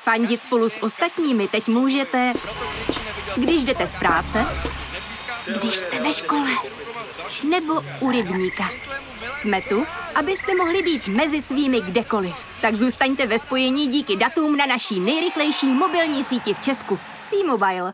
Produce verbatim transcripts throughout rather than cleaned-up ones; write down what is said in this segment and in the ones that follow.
Fandit spolu s ostatními teď můžete, když jdete z práce, když jste ve škole, nebo u rybníka. Jsme tu, abyste mohli být mezi svými kdekoliv. Tak zůstaňte ve spojení díky datům na naší nejrychlejší mobilní síti v Česku. T-Mobile.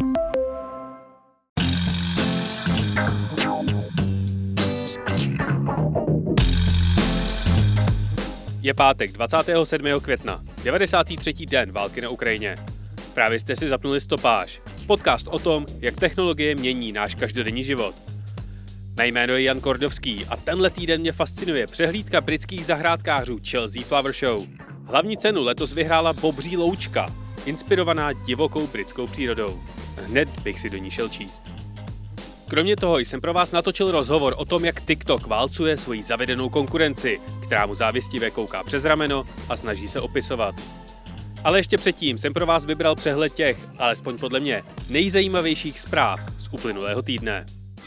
Je pátek dvacátého sedmého května, devadesátý třetí den války na Ukrajině. Právě jste si zapnuli Stopáž, podcast o tom, jak technologie mění náš každodenní život. Mé jméno je Jan Kordovský a tenhle týden mě fascinuje přehlídka britských zahrádkářů Chelsea Flower Show. Hlavní cenu letos vyhrála bobří loučka, inspirovaná divokou britskou přírodou. Hned bych si do ní šel číst. Kromě toho jsem pro vás natočil rozhovor o tom, jak TikTok válcuje svoji zavedenou konkurenci, která mu závistivě kouká přes rameno a snaží se opisovat. Ale ještě předtím jsem pro vás vybral přehled těch, alespoň podle mě, nejzajímavějších zpráv z uplynulého týdne.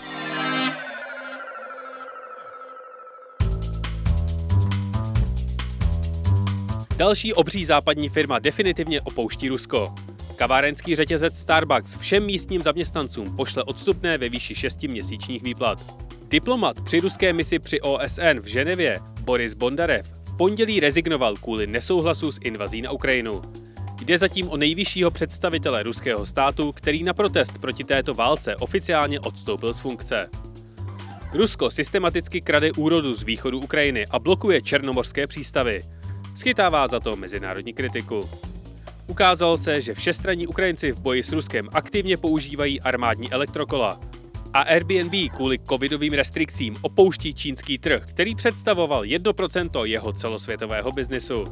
Další obří západní firma definitivně opouští Rusko. Kavárenský řetězec Starbucks všem místním zaměstnancům pošle odstupné ve výši šesti měsíčních výplat. Diplomat při ruské misi při O S N v Ženevě Boris Bondarev v pondělí rezignoval kvůli nesouhlasu s invazí na Ukrajinu. Jde zatím o nejvyššího představitele ruského státu, který na protest proti této válce oficiálně odstoupil z funkce. Rusko systematicky krade úrodu z východu Ukrajiny a blokuje černomorské přístavy. Schytává za to mezinárodní kritiku. Ukázalo se, že všestranní Ukrajinci v boji s Ruskem aktivně používají armádní elektrokola. A Airbnb kvůli covidovým restrikcím opouští čínský trh, který představoval jedno procento jeho celosvětového biznesu.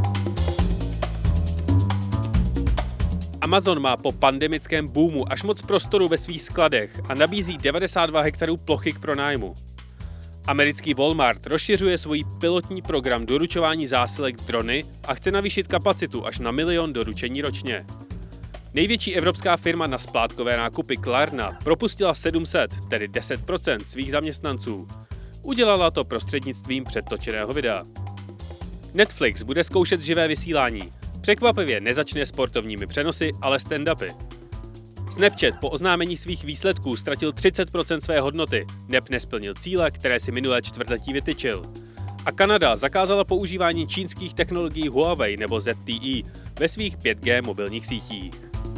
Amazon má po pandemickém boomu až moc prostoru ve svých skladech a nabízí devadesát dva hektarů plochy k pronájmu. Americký Walmart rozšiřuje svůj pilotní program doručování zásilek drony a chce navýšit kapacitu až na milion doručení ročně. Největší evropská firma na splátkové nákupy Klarna propustila sedm set, tedy deset procent svých zaměstnanců. Udělala to prostřednictvím předtočeného videa. Netflix bude zkoušet živé vysílání. Překvapivě nezačne sportovními přenosy, ale stand-upy. Snapchat po oznámení svých výsledků ztratil třicet procent své hodnoty, neb nesplnil cíle, které si minulé čtvrtletí vytyčil. A Kanada zakázala používání čínských technologií Huawei nebo Z T E ve svých pět G mobilních sítích.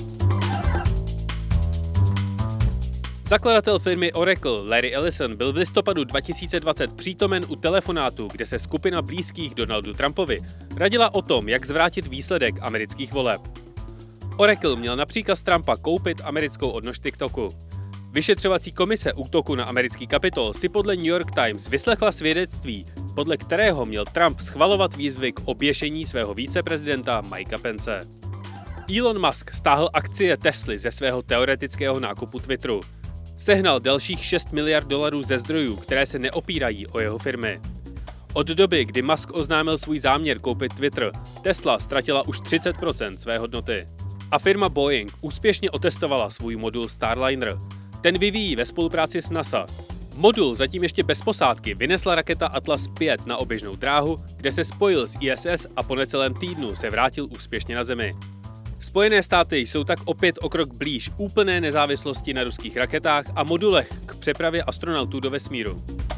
Zakladatel firmy Oracle Larry Ellison byl v listopadu dva tisíce dvacet přítomen u telefonátu, kde se skupina blízkých Donaldu Trumpovi radila o tom, jak zvrátit výsledek amerických voleb. Oracle měl na příkaz Trumpa koupit americkou odnož TikToku. Vyšetřovací komise útoku na americký Kapitol si podle New York Times vyslechla svědectví, podle kterého měl Trump schvalovat výzvy k oběšení svého viceprezidenta Mikea Pence. Elon Musk stáhl akcie Tesly ze svého teoretického nákupu Twitteru. Sehnal dalších šest miliard dolarů ze zdrojů, které se neopírají o jeho firmy. Od doby, kdy Musk oznámil svůj záměr koupit Twitter, Tesla ztratila už třicet procent své hodnoty. A firma Boeing úspěšně otestovala svůj modul Starliner. Ten vyvíjí ve spolupráci s NASA. Modul zatím ještě bez posádky vynesla raketa Atlas pět na oběžnou dráhu, kde se spojil s I S S a po necelém týdnu se vrátil úspěšně na Zemi. Spojené státy jsou tak opět o krok blíž úplné nezávislosti na ruských raketách a modulech k přepravě astronautů do vesmíru.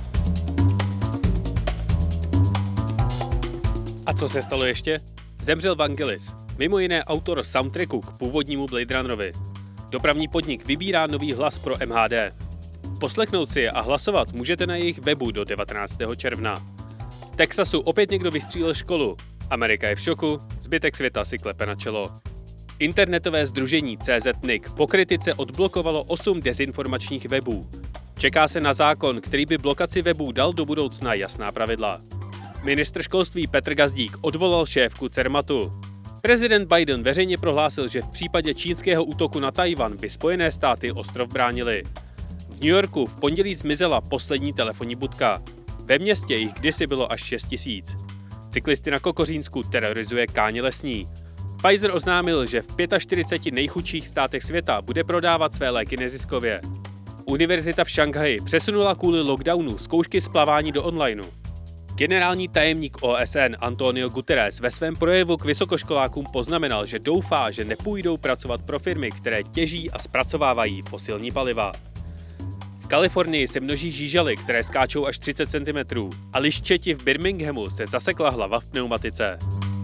A co se stalo ještě? Zemřel Vangelis, mimo jiné autor soundtracku k původnímu Blade Runnerovi. Dopravní podnik vybírá nový hlas pro M H D. Poslechnout si je a hlasovat můžete na jejich webu do devatenáctého června. V Texasu opět někdo vystřílel školu. Amerika je v šoku, zbytek světa si klepe na čelo. Internetové sdružení C Z N I C po kritice odblokovalo osm dezinformačních webů. Čeká se na zákon, který by blokaci webů dal do budoucna jasná pravidla. Ministr školství Petr Gazdík odvolal šéfku Cermatu. Prezident Biden veřejně prohlásil, že v případě čínského útoku na Tchaj-wan by Spojené státy ostrov bránily. V New Yorku v pondělí zmizela poslední telefonní budka. Ve městě jich kdysi bylo až šest tisíc. Cyklisty na Kokořínsku terorizuje Káni lesní. Pfizer oznámil, že v čtyřiceti pěti nejchudších státech světa bude prodávat své léky neziskově. Univerzita v Šanghaji přesunula kvůli lockdownu zkoušky z plavání do onlineu. Generální tajemník O S N Antonio Guterres ve svém projevu k vysokoškolákům poznamenal, že doufá, že nepůjdou pracovat pro firmy, které těží a zpracovávají fosilní paliva. V Kalifornii se množí žížaly, které skáčou až třicet centimetrů, a liščeti v Birminghamu se zasekla hlava v pneumatice.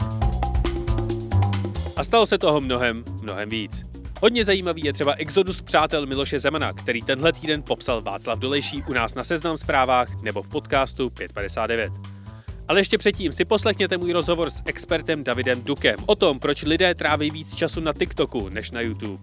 A stalo se toho mnohem, mnohem víc. Hodně zajímavý je třeba exodus přátel Miloše Zemana, který tenhle týden popsal Václav Dolejší u nás na Seznam Zprávách nebo v podcastu pět padesát devět. Ale ještě předtím si poslechněte můj rozhovor s expertem Davidem Dukem o tom, proč lidé tráví víc času na TikToku než na YouTube.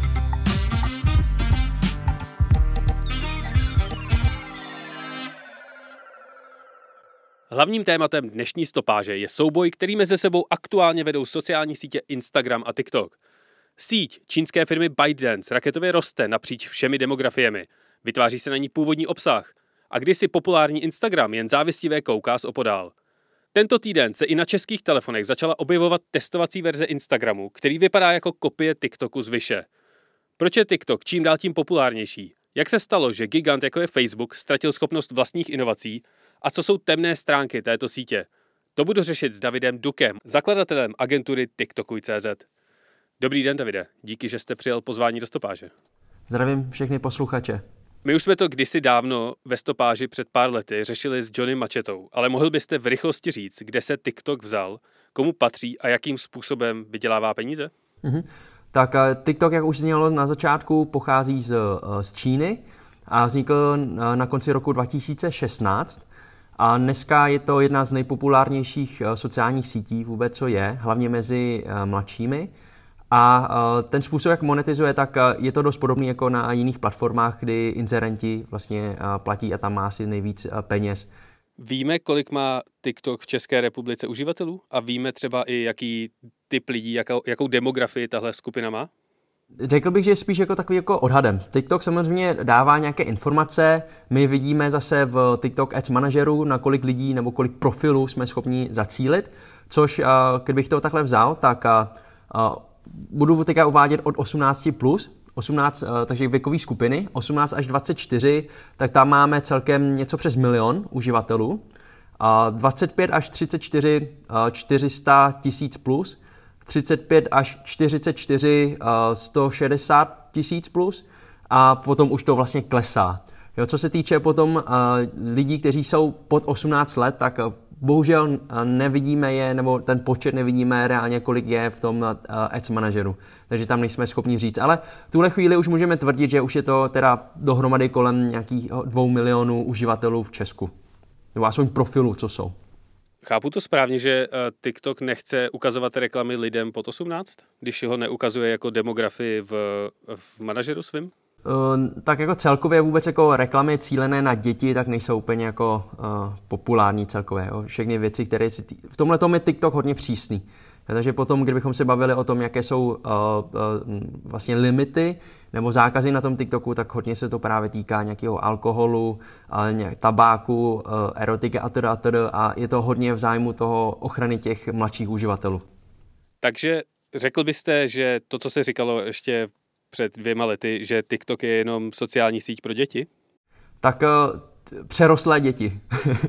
Hlavním tématem dnešní stopáže je souboj, který mezi sebou aktuálně vedou sociální sítě Instagram a TikTok. Síť čínské firmy ByteDance raketově roste napříč všemi demografiemi. Vytváří se na ní původní obsah. A kdysi populární Instagram jen závistivé kouká z opodál. Tento týden se i na českých telefonech začala objevovat testovací verze Instagramu, který vypadá jako kopie TikToku z Vyše. Proč je TikTok čím dál tím populárnější? Jak se stalo, že gigant jako je Facebook ztratil schopnost vlastních inovací? A co jsou temné stránky této sítě? To budu řešit s Davidem Dukem, zakladatelem agentury TikTokuj tečka cé zet. Dobrý den, Davide. Díky, že jste přijal pozvání do stopáže. Zdravím všechny posluchače. My už jsme to kdysi dávno ve stopáži před pár lety řešili s Johnnym Machetou, ale mohl byste v rychlosti říct, kde se TikTok vzal, komu patří a jakým způsobem vydělává peníze? Mm-hmm. Tak TikTok, jak už znělo na začátku, pochází z, z Číny a vznikl na konci roku dva tisíce šestnáct. A dneska je to jedna z nejpopulárnějších sociálních sítí vůbec, co je, hlavně mezi mladšími. A ten způsob, jak monetizuje, tak je to dost podobný jako na jiných platformách, kdy inzerenti vlastně platí a tam má asi nejvíc peněz. Víme, kolik má TikTok v České republice uživatelů? A víme třeba i, jaký typ lidí, jakou, jakou demografii tahle skupina má? Řekl bych, že je spíš jako takový jako odhadem. TikTok samozřejmě dává nějaké informace, my vidíme zase v TikTok Ads Manageru, na kolik lidí nebo kolik profilů jsme schopni zacílit, což kdybych to takhle vzal, tak budu teďka uvádět od osmnáct plus, osmnáct, takže věkové skupiny, osmnáct až dvacet čtyři, tak tam máme celkem něco přes milion uživatelů, dvacet pět až třicet čtyři, čtyři sta tisíc plus, třicet pět až čtyřicet čtyři, sto šedesát tisíc plus a potom už to vlastně klesá. Jo, co se týče potom uh, lidí, kteří jsou pod osmnáct let, tak uh, bohužel uh, nevidíme je, nebo ten počet nevidíme reálně, kolik je v tom uh, Ads Manageru. Takže tam nejsme schopni říct. Ale v tuhle chvíli už můžeme tvrdit, že už je to teda dohromady kolem nějakých dvou milionů uživatelů v Česku. Nebo aspoň profilů, co jsou. Chápu to správně, že TikTok nechce ukazovat reklamy lidem pod osmnáct, když ho neukazuje jako demografii v, v manažeru svým? Uh, tak jako celkově vůbec jako reklamy cílené na děti, tak nejsou úplně jako uh, populární celkově. Jo. Všechny věci, které si tý... v tomhle tom je TikTok hodně přísný. Takže potom, kdybychom se bavili o tom, jaké jsou uh, uh, vlastně limity nebo zákazy na tom TikToku, tak hodně se to právě týká nějakého alkoholu, uh, nějak tabáku, uh, erotiky a teda, a teda a je to hodně v zájmu toho ochrany těch mladších uživatelů. Takže řekl byste, že to, co se říkalo ještě před dvěma lety, že TikTok je jenom sociální síť pro děti? Tak uh, přerostlé děti.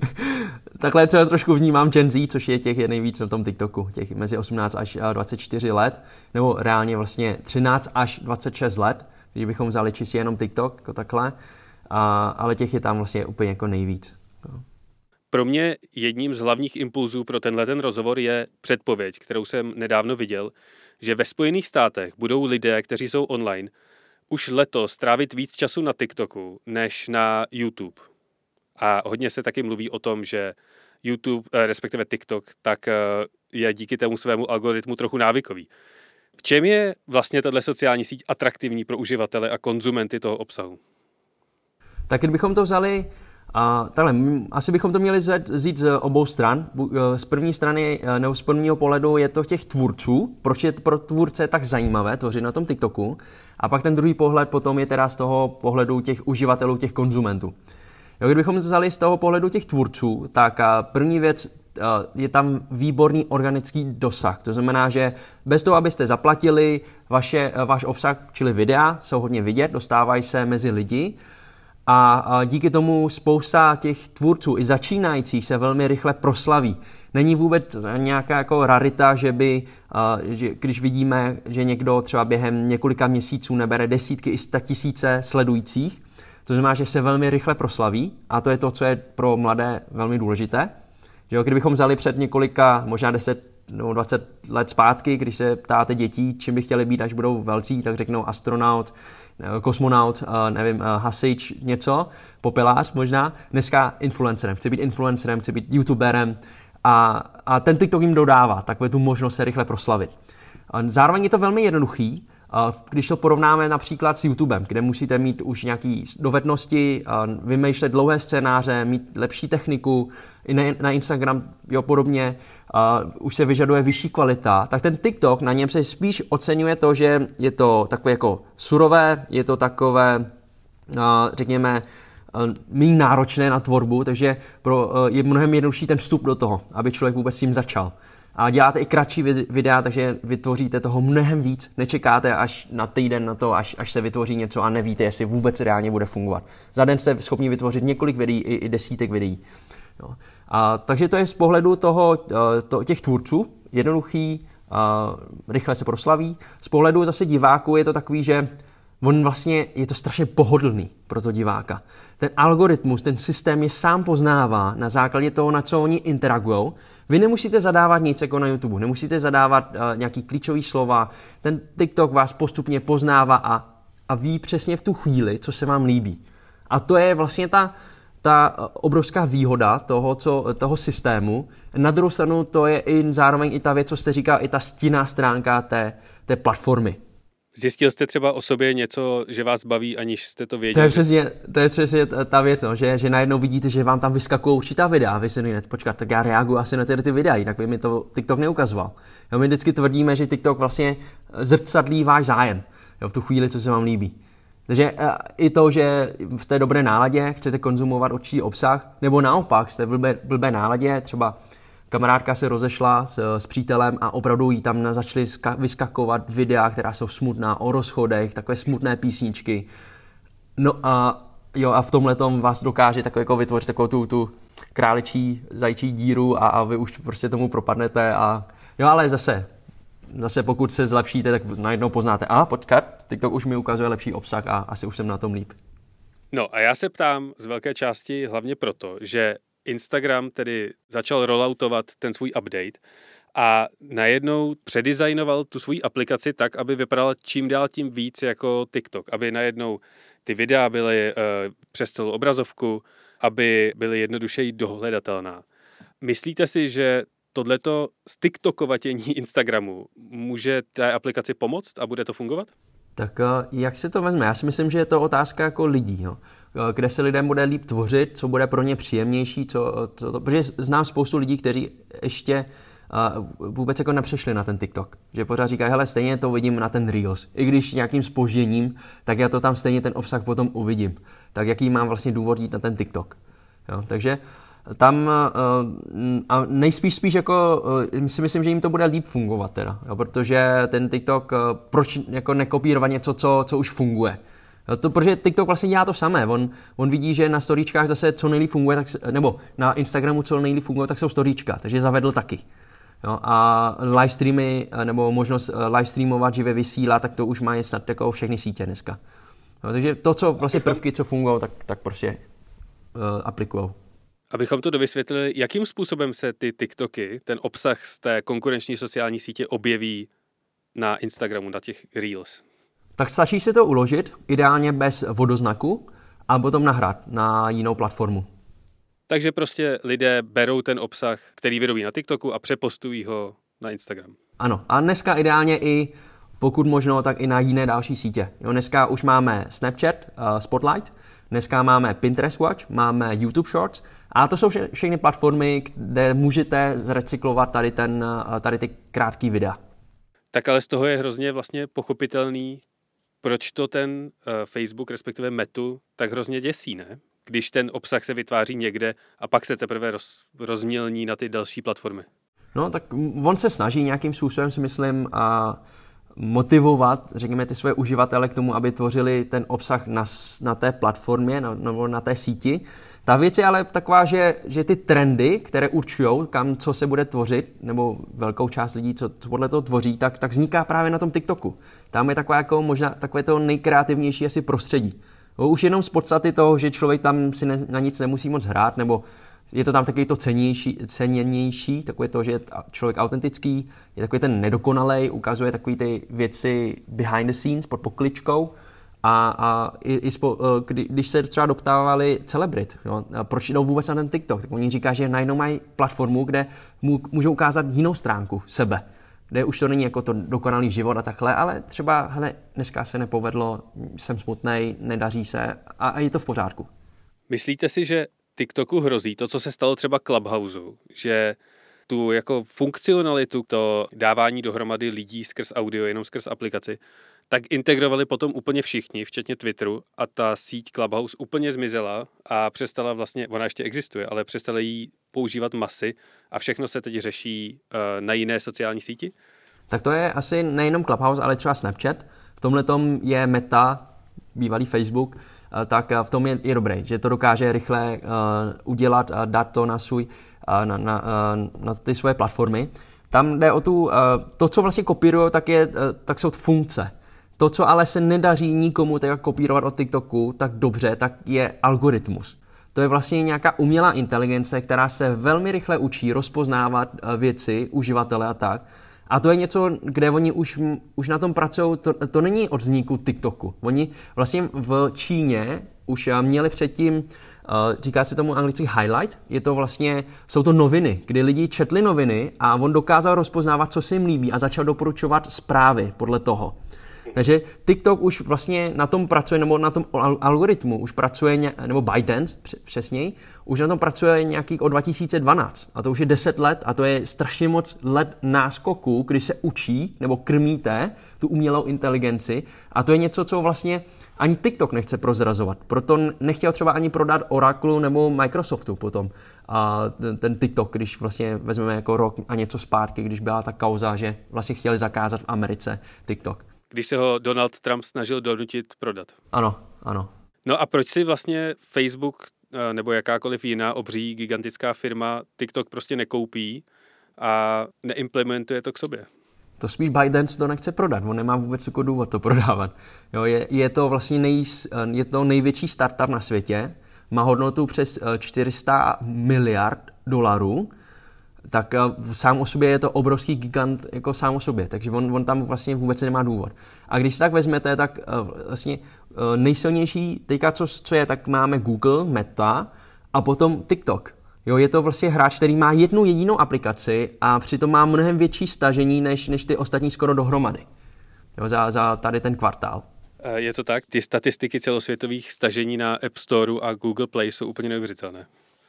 Takhle třeba trošku vnímám Gen Z, což je těch je nejvíc na tom TikToku, těch mezi osmnáct až dvacet čtyři let, nebo reálně vlastně třináct až dvacet šest let, když bychom vzali čistě jenom TikTok, jako takhle, a, ale těch je tam vlastně úplně jako nejvíc. No. Pro mě jedním z hlavních impulzů pro tenhle ten rozhovor je předpověď, kterou jsem nedávno viděl, že ve Spojených státech budou lidé, kteří jsou online, už letos trávit víc času na TikToku než na YouTube. A hodně se taky mluví o tom, že YouTube, respektive TikTok, tak je díky tomu svému algoritmu trochu návykový. V čem je vlastně tato sociální síť atraktivní pro uživatele a konzumenty toho obsahu? Tak kdybychom to vzali, uh, takhle, asi bychom to měli vzít z obou stran. Z první strany, nebo z prvního pohledu je to těch tvůrců, proč je pro tvůrce tak zajímavé tvořit na tom TikToku. A pak ten druhý pohled potom je teda z toho pohledu těch uživatelů, těch konzumentů. Jo, kdybychom vzali z toho pohledu těch tvůrců, tak první věc je tam výborný organický dosah. To znamená, že bez toho, abyste zaplatili, vaše, váš obsah, čili videa, jsou hodně vidět, dostávají se mezi lidi a, a díky tomu spousta těch tvůrců i začínajících se velmi rychle proslaví. Není vůbec nějaká jako rarita, že by, uh, že když vidíme, že někdo třeba během několika měsíců nebere desítky i sta tisíce sledujících, to znamená, že se velmi rychle proslaví a to je to, co je pro mladé velmi důležité. Že jo, kdybychom vzali před několika, možná deset nebo dvacet let zpátky, když se ptáte dětí, čím by chtěli být, až budou velcí, tak řeknou astronaut, kosmonaut, nevím, hasič, něco, popelář možná. Dneska influencerem, chci být influencerem, chci být youtuberem a, a ten TikTok jim dodává takové tu možnost se rychle proslavit. Zároveň je to velmi jednoduchý, když to porovnáme například s YouTubem, kde musíte mít už nějaké dovednosti, vymýšlet dlouhé scénáře, mít lepší techniku, i na Instagram jo, podobně, už se vyžaduje vyšší kvalita, tak ten TikTok, na něm se spíš oceňuje to, že je to takové jako surové, je to takové, řekněme, méně náročné na tvorbu, takže pro, je mnohem jednodušší ten vstup do toho, aby člověk vůbec s tím začal. A děláte i kratší videa, takže vytvoříte toho mnohem víc. Nečekáte až na týden na to, až, až se vytvoří něco a nevíte, jestli vůbec reálně bude fungovat. Za den jste schopni vytvořit několik videí, i, i desítek videí. No. A, takže to je z pohledu toho, to, těch tvůrců jednoduchý, a, rychle se proslaví. Z pohledu zase diváků je to takový, že on vlastně je to strašně pohodlný pro to diváka. Ten algoritmus, ten systém je sám poznává na základě toho, na co oni interagujou. Vy nemusíte zadávat nic jako na YouTube, nemusíte zadávat uh, nějaký klíčový slova. Ten TikTok vás postupně poznává a, a ví přesně v tu chvíli, co se vám líbí. A to je vlastně ta, ta obrovská výhoda toho, co, toho systému. Na druhou stranu to je i zároveň i ta věc, co jste říkal, i ta stinná stránka té, té platformy. Zjistil jste třeba o sobě něco, že vás baví, aniž jste to věděli? To je přesně, to je přesně ta věc, no, že, že najednou vidíte, že vám tam vyskakují určitá videa a vy si hned, počkat, tak já reaguju asi na ty, ty videa, jinak by mi to TikTok neukazoval. Jo, my vždycky tvrdíme, že TikTok vlastně zrcadlí váš zájem, jo, v tu chvíli, co se vám líbí. Takže i to, že v té dobré náladě chcete konzumovat určitý obsah, nebo naopak jste v blbé, blbé náladě, třeba kamarádka se rozešla s, s přítelem a opravdu jí tam začaly ska, vyskakovat videa, která jsou smutná, o rozchodech, takové smutné písničky. No a jo, a v tomhletom vás dokáže takové jako vytvořit takovou tu, tu králičí, zajčí díru a, a vy už prostě tomu propadnete a jo, ale zase, zase pokud se zlepšíte, tak najednou poznáte, a počkat, TikTok už mi ukazuje lepší obsah a asi už jsem na tom líp. No a já se ptám z velké části hlavně proto, že Instagram tedy začal rolloutovat ten svůj update a najednou předizajnoval tu svou aplikaci tak, aby vypadala čím dál tím víc jako TikTok, aby najednou ty videa byly uh, přes celou obrazovku, aby byly jednodušeji dohledatelná. Myslíte si, že tohleto stiktokovatění Instagramu může té aplikaci pomoct a bude to fungovat? Tak jak se to vezme? Já si myslím, že je to otázka jako lidí, jo. Kde se lidem bude líp tvořit, co bude pro ně příjemnější, co, co to, protože znám spoustu lidí, kteří ještě uh, vůbec jako nepřešli na ten TikTok. Že pořád říkají, hele, stejně to vidím na ten Reels. I když nějakým zpožděním, tak já to tam stejně ten obsah potom uvidím. Tak jaký mám vlastně důvod jít na ten TikTok. Jo, takže tam uh, a nejspíš spíš jako uh, si myslím, že jim to bude líp fungovat teda, jo, protože ten TikTok uh, proč jako nekopírovat něco, co, co už funguje. Jo, to, protože TikTok vlastně dělá to samé. On, on vidí, že na storíčkách zase co nejlíp funguje, tak, nebo na Instagramu co nejlíp funguje, tak jsou storíčka, takže zavedl taky. Jo, a live streamy, nebo možnost live streamovat, živě vysílat, tak to už má snad jako všechny sítě dneska. Jo, takže to, co vlastně prvky, co fungují, tak, tak prostě uh, aplikujou. Abychom to dovysvětlili, jakým způsobem se ty TikToky, ten obsah z té konkurenční sociální sítě objeví na Instagramu, na těch Reels? Tak stačí si to uložit, ideálně bez vodoznaku, a potom nahrát na jinou platformu. Takže prostě lidé berou ten obsah, který vyrobí na TikToku a přepostují ho na Instagram. Ano, a dneska ideálně i, pokud možno, tak i na jiné další sítě. Jo, dneska už máme Snapchat, uh, Spotlight, dneska máme Pinterest Watch, máme YouTube Shorts a to jsou vše, všechny platformy, kde můžete zrecyklovat tady, ten, tady ty krátké videa. Tak ale z toho je hrozně vlastně pochopitelný, proč to ten uh, Facebook, respektive Metu, tak hrozně děsí, ne? Když ten obsah se vytváří někde a pak se teprve roz, rozmělní na ty další platformy. No tak on se snaží nějakým způsobem, si myslím, a motivovat, řekněme, ty svoje uživatele k tomu, aby tvořili ten obsah na, na té platformě nebo na té síti. Ta věc je ale taková, že, že ty trendy, které určují, kam co se bude tvořit, nebo velkou část lidí, co podle toho tvoří, tak, tak vzniká právě na tom TikToku. Tam je taková jako možná takové to nejkreativnější asi prostředí. Už jenom z podstaty toho, že člověk tam si ne, na nic nemusí moc hrát, nebo je to tam takový to cenější, ceněnější, takové to, že je člověk autentický, je takový ten nedokonalej, ukazuje takové ty věci behind the scenes, pod pokličkou. A, a i, i spo, kdy, když se třeba doptávali celebrit, jo, proč jdou vůbec na ten TikTok, tak oni říkají, že najednou mají platformu, kde můžou ukázat jinou stránku sebe, kde už to není jako to dokonalý život a takhle, ale třeba, hele, dneska se nepovedlo, jsem smutnej, nedaří se a, a je to v pořádku. Myslíte si, že TikToku hrozí to, co se stalo třeba Clubhouseu, že tu jako funkcionalitu, to dávání dohromady lidí skrz audio, jenom skrz aplikaci, tak integrovali potom úplně všichni, včetně Twitteru, a ta síť Clubhouse úplně zmizela a přestala vlastně, ona ještě existuje, ale přestala jí používat masy a všechno se teď řeší uh, na jiné sociální síti? Tak to je asi nejenom Clubhouse, ale třeba Snapchat. V tomhletom je Meta, bývalý Facebook, uh, tak v tom je, je dobrý, že to dokáže rychle uh, udělat a dát to na, svůj, uh, na, na, uh, na ty svoje platformy. Tam jde o tu, uh, to, co vlastně kopírují, tak, je, uh, tak jsou funkce. To, co ale se nedaří nikomu tak kopírovat od TikToku tak dobře, tak je algoritmus. To je vlastně nějaká umělá inteligence, která se velmi rychle učí rozpoznávat věci, uživatele a tak. A to je něco, kde oni už, už na tom pracují, to, to není od vzniku TikToku. Oni vlastně v Číně už měli předtím, říká se tomu anglicky highlight, je to vlastně, jsou to noviny, kdy lidi četli noviny a on dokázal rozpoznávat, co se jim líbí a začal doporučovat zprávy podle toho. Takže TikTok už vlastně na tom pracuje, nebo na tom algoritmu už pracuje, nebo ByteDance přesněji, už na tom pracuje nějakých od dva tisíce dvanáct. A to už je deset let a to je strašně moc let náskoků, kdy se učí, nebo krmíte tu umělou inteligenci. A to je něco, co vlastně ani TikTok nechce prozrazovat. Proto nechtěl třeba ani prodat Oracle nebo Microsoftu potom. A ten, ten TikTok, když vlastně vezmeme jako rok a něco zpátky, když byla ta kauza, že vlastně chtěli zakázat v Americe TikTok. Když se ho Donald Trump snažil donutit prodat. Ano, ano. No a proč si vlastně Facebook nebo jakákoliv jiná obří gigantická firma TikTok prostě nekoupí a neimplementuje to k sobě? To spíš ByteDance to nechce prodat, on nemá vůbec jako důvod to prodávat. Jo, je, je to vlastně nej, je to největší startup na světě, má hodnotu přes čtyři sta miliard dolarů, tak sám o sobě je to obrovský gigant jako sám o sobě, takže on, on tam vlastně vůbec nemá důvod. A když si tak vezmete, tak vlastně nejsilnější teďka, co, co je, tak máme Google, Meta a potom TikTok. Jo, je to vlastně hráč, který má jednu jedinou aplikaci a přitom má mnohem větší stažení než, než ty ostatní skoro dohromady. Jo, za, za tady ten kvartál. Je to tak? Ty statistiky celosvětových stažení na App Store a Google Play jsou úplně neuvěřitelné.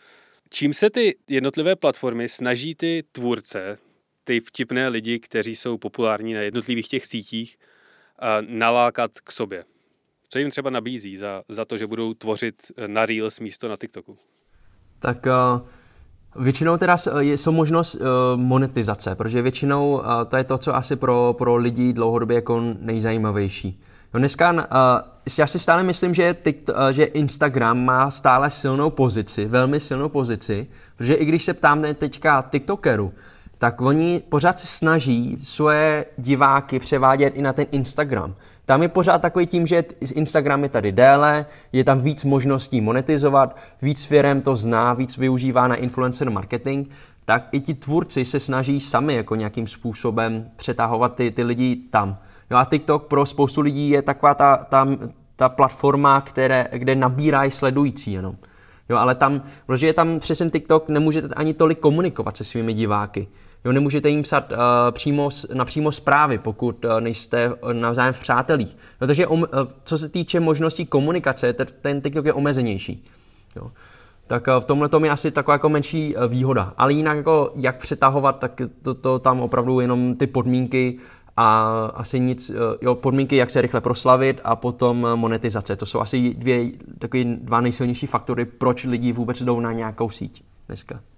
Čím se ty jednotlivé platformy snaží ty tvůrce, ty vtipné lidi, kteří jsou populární na jednotlivých těch sítích, nalákat k sobě? Co jim třeba nabízí za, za to, že budou tvořit na Reels místo na TikToku? Tak uh, většinou teda jsou možnost uh, monetizace, protože většinou uh, to je to, co asi pro, pro lidi dlouhodobě jako nejzajímavější. No dneska, uh, já si stále myslím, že, TikTok, uh, že Instagram má stále silnou pozici, velmi silnou pozici, protože i když se ptáme teďka TikTokerů, tak oni pořád se snaží svoje diváky převádět i na ten Instagram. Tam je pořád takový tím, že Instagram je tady déle, je tam víc možností monetizovat, víc firem to zná, víc využívá na influencer marketing, tak i ti tvůrci se snaží sami jako nějakým způsobem přetahovat ty, ty lidi tam. Jo a TikTok pro spoustu lidí je taková ta, ta, ta platforma, které, kde nabírají sledující jenom. Jo, ale tam, protože je tam přes ten TikTok nemůžete ani tolik komunikovat se svými diváky. Jo, nemůžete jim psat uh, přímo, napřímo zprávy, pokud uh, nejste navzájem v přátelích. No, takže um, uh, co se týče možností komunikace, ten, ten TikTok je omezenější. Jo. Tak uh, v tomhle tom je asi taková jako menší uh, výhoda. Ale jinak jako jak přetahovat, tak to, to tam opravdu jenom ty podmínky a asi nic, uh, jo, podmínky, jak se rychle proslavit a potom uh, monetizace. To jsou asi dvě, takový dva nejsilnější faktory, proč lidi vůbec jdou na nějakou síť dneska.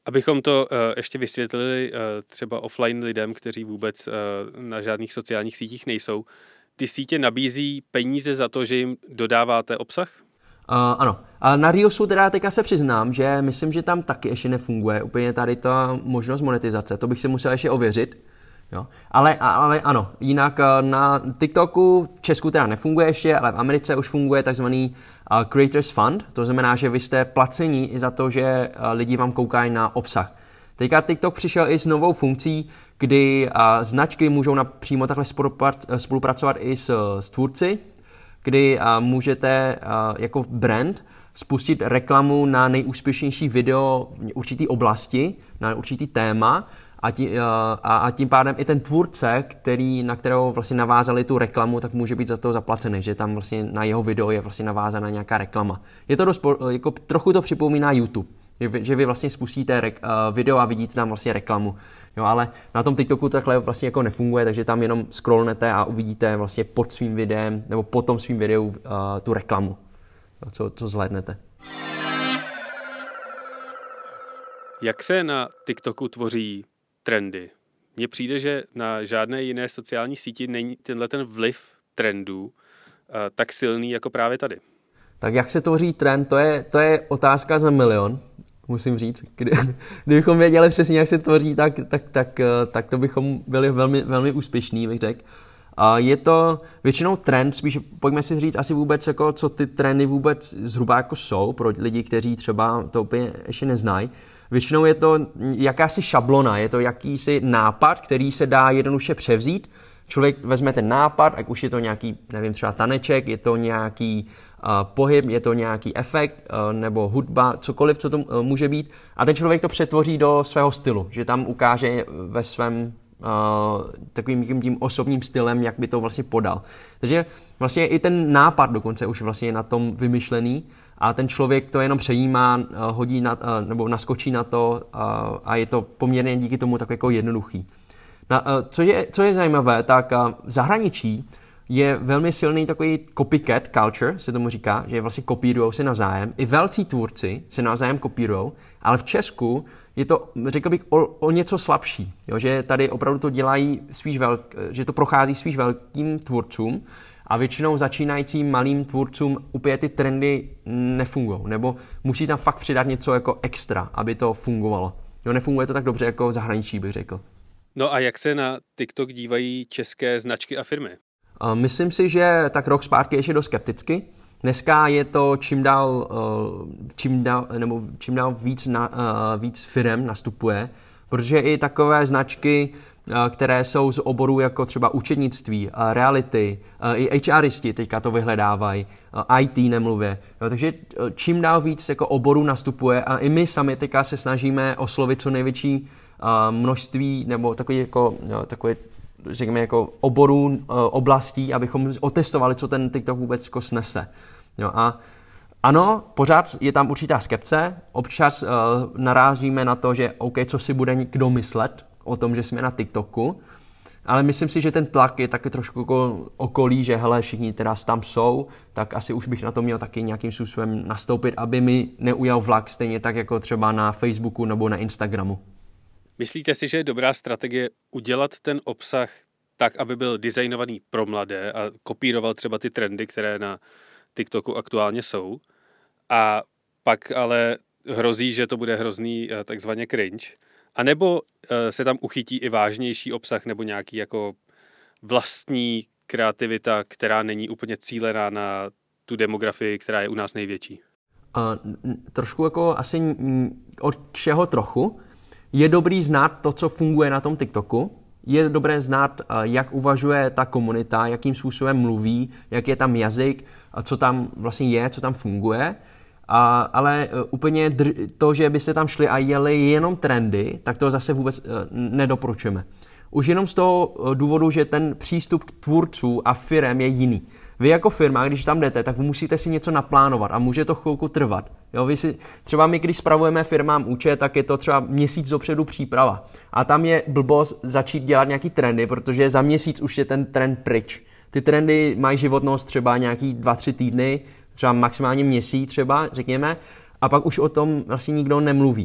Abychom to uh, ještě vysvětlili uh, třeba offline lidem, kteří vůbec uh, na žádných sociálních sítích nejsou, ty sítě nabízí peníze za to, že jim dodáváte obsah? Uh, ano. A na Reelsu teda teďka se přiznám, že myslím, že tam taky ještě nefunguje úplně tady ta možnost monetizace. To bych si musel ještě ověřit. Jo. Ale, ale ano, jinak na TikToku v Česku teda nefunguje ještě, ale v Americe už funguje takzvaný uh, Creators Fund. To znamená, že vy jste placení i za to, že uh, lidi vám koukají na obsah. Teďka TikTok přišel i s novou funkcí, kdy uh, značky můžou napřímo takhle spolupracovat i s, s tvůrci, kdy uh, můžete uh, jako brand spustit reklamu na nejúspěšnější video v určitý oblasti, na určitý téma a, tí, uh, a, a tím pádem i ten tvůrce, který, na kterého vlastně navázali tu reklamu, tak může být za to zaplacený, že tam vlastně na jeho video je vlastně navázaná nějaká reklama. Je to dost, jako trochu to připomíná YouTube, že vy vlastně spustíte rek, uh, video a vidíte tam vlastně reklamu. Jo, ale na tom TikToku takhle vlastně jako nefunguje, takže tam jenom scrollnete a uvidíte vlastně pod svým videem nebo pod tom svým videu uh, tu reklamu, co, co zhlédnete. Jak se na TikToku tvoří trendy? Mně přijde, že na žádné jiné sociální síti není tenhle ten vliv trendů uh, tak silný jako právě tady. Tak jak se tvoří trend, to je, to je otázka za milion. Musím říct, kdy, kdybychom věděli přesně, jak se tvoří, tak, tak, tak, tak to bychom byli velmi, velmi úspěšní, bych řekl. A je to většinou trend, spíš pojďme si říct asi vůbec, jako, co ty trendy vůbec zhruba jako jsou pro lidi, kteří třeba to úplně ještě neznají. Většinou je to jakási šablona, je to jakýsi nápad, který se dá jednoduše převzít. Člověk vezme ten nápad, ať už je to nějaký, nevím, třeba taneček, je to nějaký uh, pohyb, je to nějaký efekt uh, nebo hudba, cokoliv, co to uh, může být. A ten člověk to přetvoří do svého stylu, že tam ukáže ve svém uh, takovým tím osobním stylem, jak by to vlastně podal. Takže vlastně i ten nápad dokonce už vlastně je na tom vymyšlený a ten člověk to jenom přejímá, uh, hodí na, uh, nebo naskočí na to uh, a je to poměrně díky tomu tak jako jednoduchý. Na, co, je, co je zajímavé, tak v zahraničí je velmi silný takový copycat culture, se tomu říká, že vlastně kopírujou se navzájem. I velcí tvůrci se navzájem kopírujou, ale v Česku je to, řekl bych, o, o něco slabší. Jo, že tady opravdu to dělají spíš velk, že to prochází spíš velkým tvůrcům a většinou začínajícím malým tvůrcům úplně ty trendy nefungují. Nebo musí tam fakt přidat něco jako extra, aby to fungovalo. Jo, nefunguje to tak dobře jako v zahraničí, bych řekl. No a jak se na TikTok dívají české značky a firmy? Myslím si, že tak rok zpátky ještě dost skepticky. Dneska je to čím dál, čím dál, nebo čím dál víc, na, víc firem nastupuje, protože i takové značky, které jsou z oborů jako třeba účetnictví, reality, i HRisti teďka to vyhledávají, í té nemluvě. No, takže čím dál víc jako oborů nastupuje a i my sami teďka se snažíme oslovit co největší množství nebo takové jako, takové, řekněme, jako oborů, oblastí, abychom otestovali, co ten TikTok vůbec jako snese. Jo, a ano, pořád je tam určitá skepce, občas uh, narážíme na to, že OK, co si bude kdo myslet o tom, že jsme na TikToku, ale myslím si, že ten tlak je taky trošku jako okolí, že hele, všichni teda tam jsou, tak asi už bych na to měl taky nějakým způsobem nastoupit, aby mi neujal vlak stejně tak jako třeba na Facebooku nebo na Instagramu. Myslíte si, že je dobrá strategie udělat ten obsah tak, aby byl designovaný pro mladé a kopíroval třeba ty trendy, které na TikToku aktuálně jsou, a pak ale hrozí, že to bude hrozný takzvaně cringe, a nebo se tam uchytí i vážnější obsah nebo nějaký jako vlastní kreativita, která není úplně cílená na tu demografii, která je u nás největší? Uh, trošku jako asi od čeho trochu. Je dobrý znát to, co funguje na tom TikToku. Je dobré znát, jak uvažuje ta komunita, jakým způsobem mluví, jak je tam jazyk, co tam vlastně je, co tam funguje. A, ale úplně dr- to, že byste tam šli a jeli jenom trendy, tak to zase vůbec nedoporučujeme. Už jenom z toho důvodu, že ten přístup k tvůrců a firem je jiný. Vy jako firma, když tam jdete, tak vy musíte si něco naplánovat a může to chvilku trvat. Jo, vy si, třeba my, když spravujeme firmám účet, tak je to třeba měsíc dopředu příprava. A tam je blbost začít dělat nějaký trendy, protože za měsíc už je ten trend pryč. Ty trendy mají životnost třeba nějaký dva, tři týdny, třeba maximálně měsíc třeba, řekněme, a pak už o tom vlastně nikdo nemluví.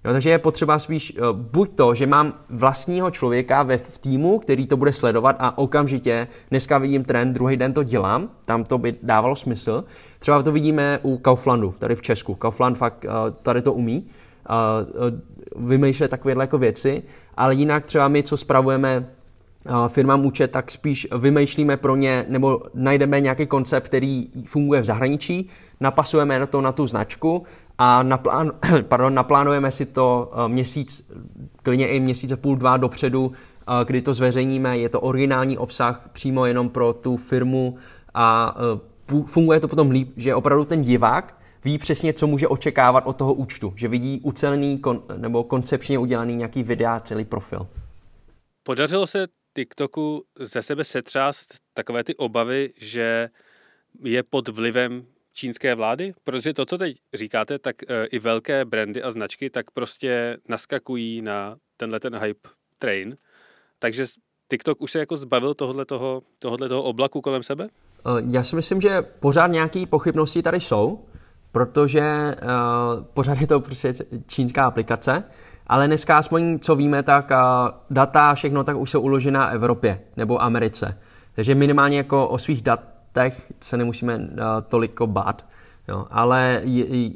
Jo, takže je potřeba spíš uh, buď to, že mám vlastního člověka ve v týmu, který to bude sledovat a okamžitě dneska vidím trend, druhý den to dělám, tam to by dávalo smysl. Třeba to vidíme u Kauflandu, tady v Česku. Kaufland fakt uh, tady to umí uh, uh, vymýšlet takovéhle jako věci, ale jinak třeba my, co spravujeme firmám účet, tak spíš vymýšlíme pro ně, nebo najdeme nějaký koncept, který funguje v zahraničí, napasujeme na to na tu značku a naplán, pardon, naplánujeme si to měsíc, klidně i měsíc a půl, dva dopředu, kdy to zveřejníme, je to originální obsah přímo jenom pro tu firmu a funguje to potom líp, že opravdu ten divák ví přesně, co může očekávat od toho účtu, že vidí ucelený nebo koncepčně udělaný nějaký videa, celý profil. Podařilo se TikToku ze sebe setřást takové ty obavy, že je pod vlivem čínské vlády? Protože to, co teď říkáte, tak i velké brandy a značky tak prostě naskakují na tenhle ten hype train. Takže TikTok už se jako zbavil tohohletoho, tohohletoho oblaku kolem sebe? Já si myslím, že pořád nějaké pochybnosti tady jsou, protože uh, pořád je to prostě čínská aplikace, ale dneska aspoň, co víme, tak data, všechno tak už jsou uložená v Evropě nebo Americe. Takže minimálně jako o svých datech se nemusíme toliko bát. Jo. Ale je,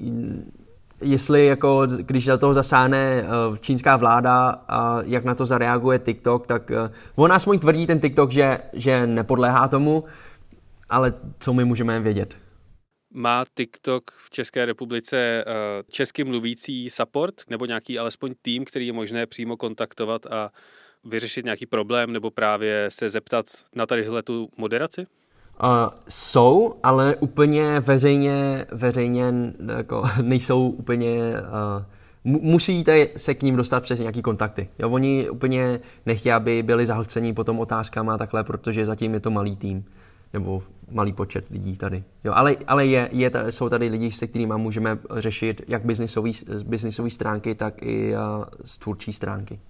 jestli jako, když do toho zasáhne čínská vláda a jak na to zareaguje TikTok, tak on aspoň tvrdí ten TikTok, že, že nepodléhá tomu, ale co my můžeme vědět. Má TikTok v České republice česky mluvící support nebo nějaký alespoň tým, který je možné přímo kontaktovat a vyřešit nějaký problém nebo právě se zeptat na tadyhle tu moderaci? Uh, jsou, ale úplně veřejně, veřejně jako nejsou úplně... Uh, musíte se k ním dostat přes nějaký kontakty. Jo, oni úplně nechtějí, aby byli zahlcení potom otázkama a takhle, protože zatím je to malý tým. Nebo malý počet lidí tady. Jo, ale ale je, je, jsou tady lidi, se kterými můžeme řešit jak biznisový, z biznisové stránky, tak i uh, z tvůrčí stránky.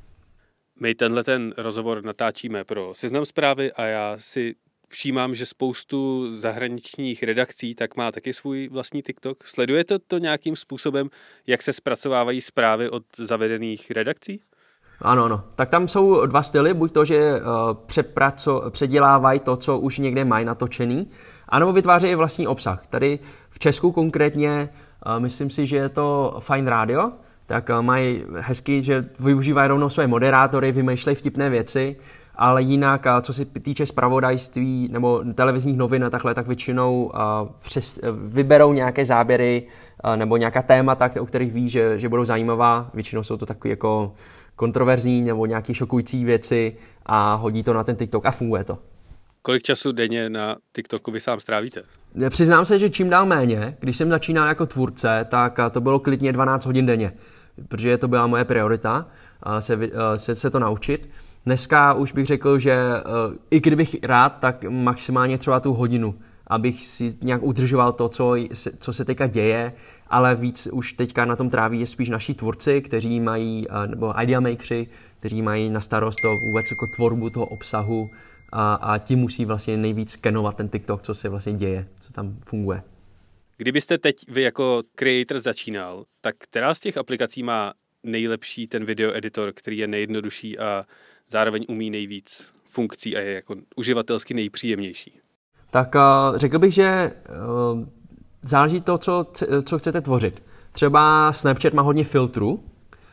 My tenhle ten rozhovor natáčíme pro Seznam Zprávy a já si všímám, že spoustu zahraničních redakcí tak má taky svůj vlastní TikTok. Sledujete to nějakým způsobem, jak se zpracovávají zprávy od zavedených redakcí? Ano, ano. Tak tam jsou dva styly, buď to, že uh, přepraco- předělávají to, co už někde mají natočený, anebo vytvářejí vlastní obsah. Tady v Česku konkrétně, uh, myslím si, že je to Fajn Radio, tak uh, mají hezky, že využívají rovnou své moderátory, vymýšlejí vtipné věci, ale jinak, uh, co se týče zpravodajství nebo televizních novin a takhle, tak většinou uh, přes, uh, vyberou nějaké záběry uh, nebo nějaká témata, o kterých ví, že, že budou zajímavá. Většinou jsou to takové jako kontroverzní nebo nějaké šokující věci a hodí to na ten TikTok a funguje to. Kolik času denně na TikToku vy sám strávíte? Přiznám se, že čím dál méně. Když jsem začínal jako tvůrce, tak to bylo klidně dvanáct hodin denně, protože to byla moje priorita se, se, se to naučit. Dneska už bych řekl, že i kdybych rád, tak maximálně třeba tu hodinu, abych si nějak udržoval to, co, co se teďka děje, ale víc už teďka na tom tráví je spíš naši tvůrci, kteří mají, nebo idea makeri, kteří mají na starost to vůbec jako tvorbu toho obsahu a, a ti musí vlastně nejvíc skenovat ten TikTok, co se vlastně děje, co tam funguje. Kdybyste teď vy jako creator začínal, tak která z těch aplikací má nejlepší ten video editor, který je nejjednodušší a zároveň umí nejvíc funkcí a je jako uživatelsky nejpříjemnější? Tak uh, řekl bych, že uh, záleží to, co, co chcete tvořit. Třeba Snapchat má hodně filtrů, uh,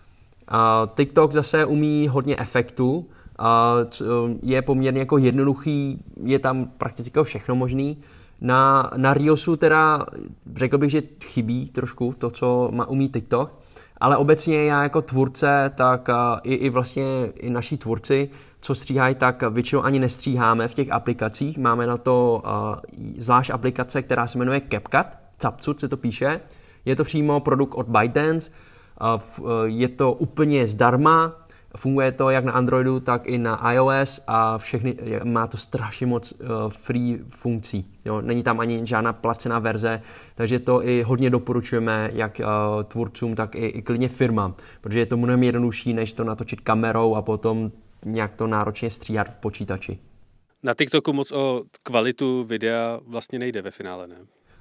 TikTok zase umí hodně efektů, uh, je poměrně jako jednoduchý, je tam prakticky všechno možný. Na, na Reelsu teda řekl bych, že chybí trošku to, co má, umí TikTok, ale obecně já jako tvůrce, tak uh, i, i vlastně i naši tvůrci, co stříhají, tak většinou ani nestříháme v těch aplikacích. Máme na to uh, zvlášť aplikace, která se jmenuje CapCut, Capcut se to píše. Je to přímo produkt od ByteDance, uh, je to úplně zdarma, funguje to jak na Androidu, tak i na iOS a všechny, má to strašně moc uh, free funkcí. Jo? Není tam ani žádná placená verze, takže to i hodně doporučujeme jak uh, tvůrcům, tak i, i klidně firmám, protože je to mnohem jednodušší, než to natočit kamerou a potom nějak to náročně stříhat v počítači. Na TikToku moc o kvalitu videa vlastně nejde ve finále, ne?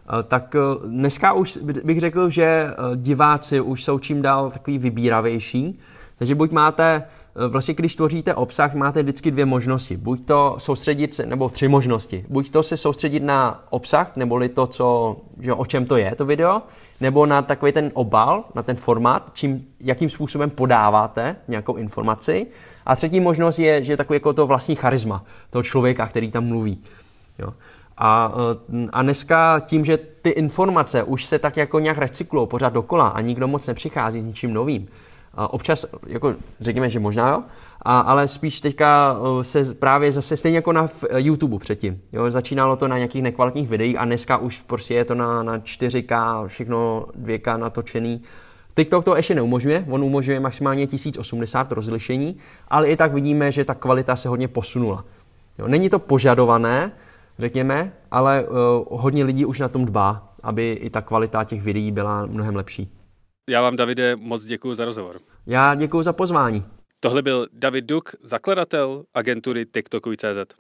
tak dneska už bych řekl, že diváci už jsou čím dál takový vybíravější. Takže buď máte, vlastně když tvoříte obsah, máte vždycky dvě možnosti. Buď to soustředit se, nebo tři možnosti. Buď to se soustředit na obsah, neboli to, co, že o čem to je, to video, nebo na takový ten obal, na ten formát, čím, jakým způsobem podáváte nějakou informaci. A třetí možnost je, že takový jako to vlastní charisma toho člověka, který tam mluví. Jo. A, a dneska tím, že ty informace už se tak jako nějak recyklujou pořád dokola a nikdo moc nepřichází s ničím novým. A občas, jako řekněme, že možná jo, a, ale spíš teďka se právě zase stejně jako na YouTube předtím. Jo, začínalo to na nějakých nekvalitních videích a dneska už prostě je to na, na čtyři ká, všechno dvě ká natočený. TikTok to ještě neumožňuje, on umožňuje maximálně tisíc osmdesát rozlišení, ale i tak vidíme, že ta kvalita se hodně posunula. Jo, není to požadované, řekněme, ale uh, hodně lidí už na tom dbá, aby i ta kvalita těch videí byla mnohem lepší. Já vám, Davide, moc děkuji za rozhovor. Já děkuji za pozvání. Tohle byl David Duk, zakladatel agentury TikTokuj tečka cé zet.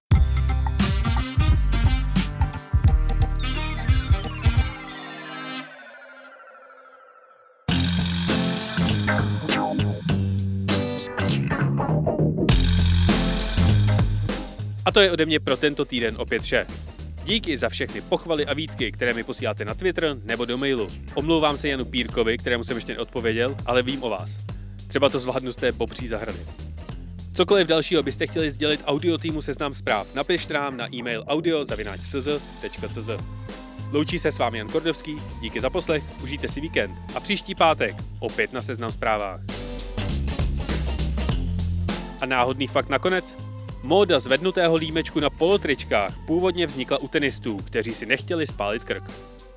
A to je ode mě pro tento týden opět vše. Díky za všechny pochvaly a výtky, které mi posíláte na Twitter nebo do mailu. Omlouvám se Janu Pírkovi, kterému jsem ještě neodpověděl, ale vím o vás. Třeba to zvládnu z té bobří zahrady. Cokoliv dalšího byste chtěli sdělit audio týmu Seznam zpráv, napište nám na e-mail audio zavináč c z tečka c z. Loučí se s vámi Jan Kordovský, díky za poslech, užijte si víkend a příští pátek opět na Seznam zprávách. A náhodný fakt nakonec? Móda zvednutého límečku na polotričkách původně vznikla u tenistů, kteří si nechtěli spálit krk.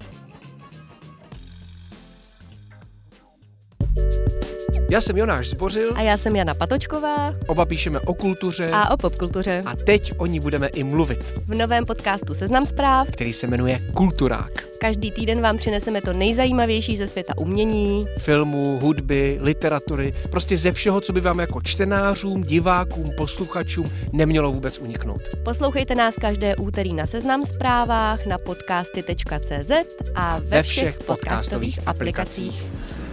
Já jsem Jonáš Zbořil. A já jsem Jana Patočková. Oba píšeme o kultuře. A o popkultuře. A teď o ní budeme i mluvit. V novém podcastu Seznam zpráv, který se jmenuje Kulturák. Každý týden vám přineseme to nejzajímavější ze světa umění, filmu, hudby, literatury, prostě ze všeho, co by vám jako čtenářům, divákům, posluchačům nemělo vůbec uniknout. Poslouchejte nás každé úterý na Seznam zprávách, na podcasty tečka cé zet a ve, ve všech, všech podcastových aplikacích.